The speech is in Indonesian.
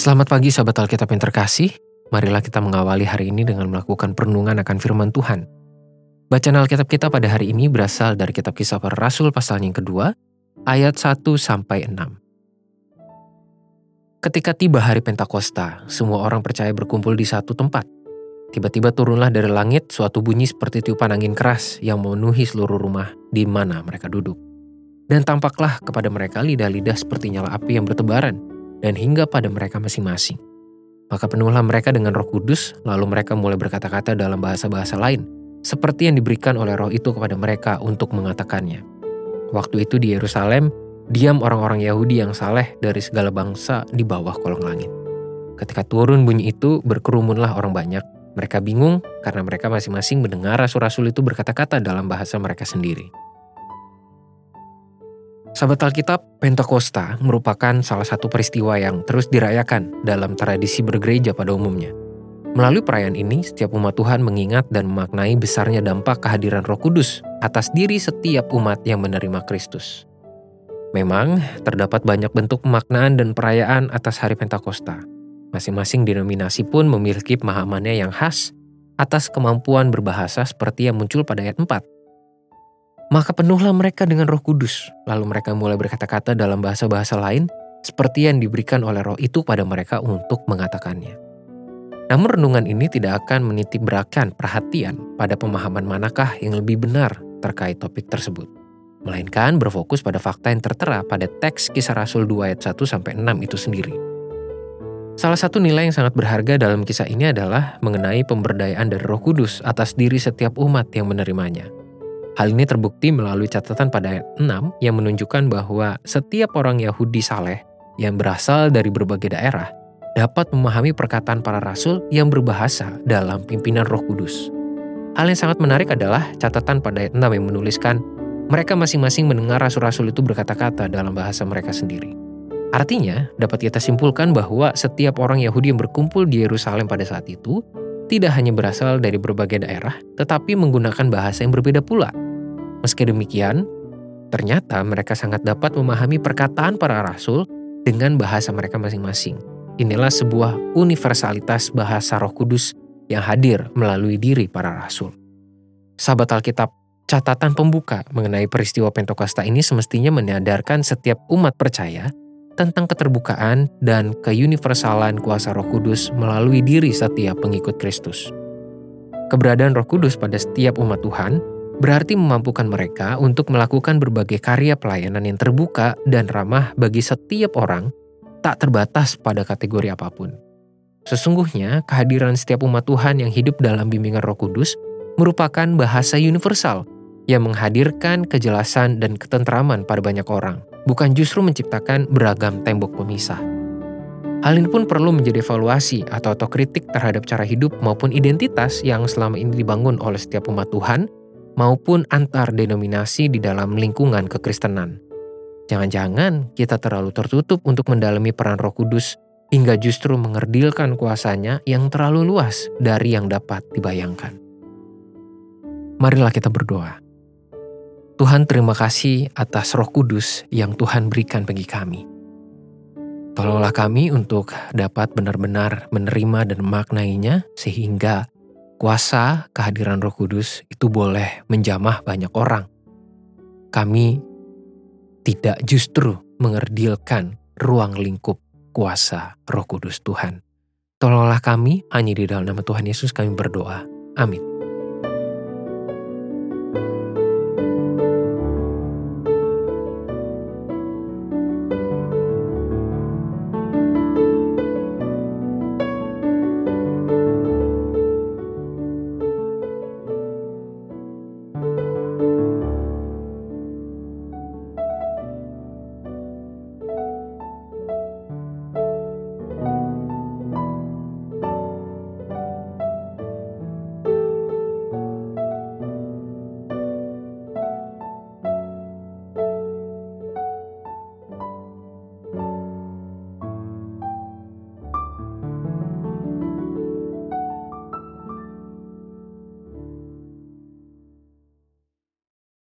Selamat pagi sahabat Alkitab yang terkasih. Marilah kita mengawali hari ini dengan melakukan perenungan akan firman Tuhan. Bacaan Alkitab kita pada hari ini berasal dari kitab Kisah Para Rasul pasal yang kedua, ayat 1-6. Ketika tiba hari Pentakosta, semua orang percaya berkumpul di satu tempat. Tiba-tiba turunlah dari langit suatu bunyi seperti tiupan angin keras yang memenuhi seluruh rumah di mana mereka duduk. Dan tampaklah kepada mereka lidah-lidah seperti nyala api yang bertebaran, dan hingga pada mereka masing-masing. Maka penuhlah mereka dengan Roh Kudus, lalu mereka mulai berkata-kata dalam bahasa-bahasa lain, seperti yang diberikan oleh Roh itu kepada mereka untuk mengatakannya. Waktu itu di Yerusalem, diam orang-orang Yahudi yang saleh dari segala bangsa di bawah kolong langit. Ketika turun bunyi itu, berkerumunlah orang banyak. Mereka bingung karena mereka masing-masing mendengar rasul-rasul itu berkata-kata dalam bahasa mereka sendiri. Sahabat Alkitab, Pentakosta merupakan salah satu peristiwa yang terus dirayakan dalam tradisi bergereja pada umumnya. Melalui perayaan ini, setiap umat Tuhan mengingat dan memaknai besarnya dampak kehadiran Roh Kudus atas diri setiap umat yang menerima Kristus. Memang, terdapat banyak bentuk pemaknaan dan perayaan atas hari Pentakosta. Masing-masing denominasi pun memiliki pemahamannya yang khas atas kemampuan berbahasa seperti yang muncul pada ayat 4. Maka penuhlah mereka dengan Roh Kudus, lalu mereka mulai berkata-kata dalam bahasa-bahasa lain, seperti yang diberikan oleh Roh itu pada mereka untuk mengatakannya. Namun renungan ini tidak akan menitik beratkan perhatian pada pemahaman manakah yang lebih benar terkait topik tersebut, melainkan berfokus pada fakta yang tertera pada teks Kisah Rasul 2 ayat 1-6 itu sendiri. Salah satu nilai yang sangat berharga dalam kisah ini adalah mengenai pemberdayaan dari Roh Kudus atas diri setiap umat yang menerimanya. Hal ini terbukti melalui catatan pada ayat 6 yang menunjukkan bahwa setiap orang Yahudi saleh yang berasal dari berbagai daerah dapat memahami perkataan para rasul yang berbahasa dalam pimpinan Roh Kudus. Hal yang sangat menarik adalah catatan pada ayat 6 yang menuliskan mereka masing-masing mendengar rasul-rasul itu berkata-kata dalam bahasa mereka sendiri. Artinya, dapat kita simpulkan bahwa setiap orang Yahudi yang berkumpul di Yerusalem pada saat itu tidak hanya berasal dari berbagai daerah, tetapi menggunakan bahasa yang berbeda pula. Meski demikian, ternyata mereka sangat dapat memahami perkataan para rasul dengan bahasa mereka masing-masing. Inilah sebuah universalitas bahasa Roh Kudus yang hadir melalui diri para rasul. Sahabat Alkitab, catatan pembuka mengenai peristiwa Pentakosta ini semestinya menyadarkan setiap umat percaya tentang keterbukaan dan keuniversalan kuasa Roh Kudus melalui diri setiap pengikut Kristus. Keberadaan Roh Kudus pada setiap umat Tuhan berarti memampukan mereka untuk melakukan berbagai karya pelayanan yang terbuka dan ramah bagi setiap orang, tak terbatas pada kategori apapun. Sesungguhnya, kehadiran setiap umat Tuhan yang hidup dalam bimbingan Roh Kudus merupakan bahasa universal yang menghadirkan kejelasan dan ketentraman pada banyak orang, bukan justru menciptakan beragam tembok pemisah. Hal ini pun perlu menjadi evaluasi atau otokritik terhadap cara hidup maupun identitas yang selama ini dibangun oleh setiap umat Tuhan, maupun antar denominasi di dalam lingkungan kekristenan. Jangan-jangan kita terlalu tertutup untuk mendalami peran Roh Kudus hingga justru mengerdilkan kuasanya yang terlalu luas dari yang dapat dibayangkan. Marilah kita berdoa. Tuhan, terima kasih atas Roh Kudus yang Tuhan berikan bagi kami. Tolonglah kami untuk dapat benar-benar menerima dan memaknainya sehingga kuasa kehadiran Roh Kudus itu boleh menjamah banyak orang. Kami tidak justru mengerdilkan ruang lingkup kuasa Roh Kudus Tuhan. Tolonglah kami, hanya di dalam nama Tuhan Yesus kami berdoa. Amin.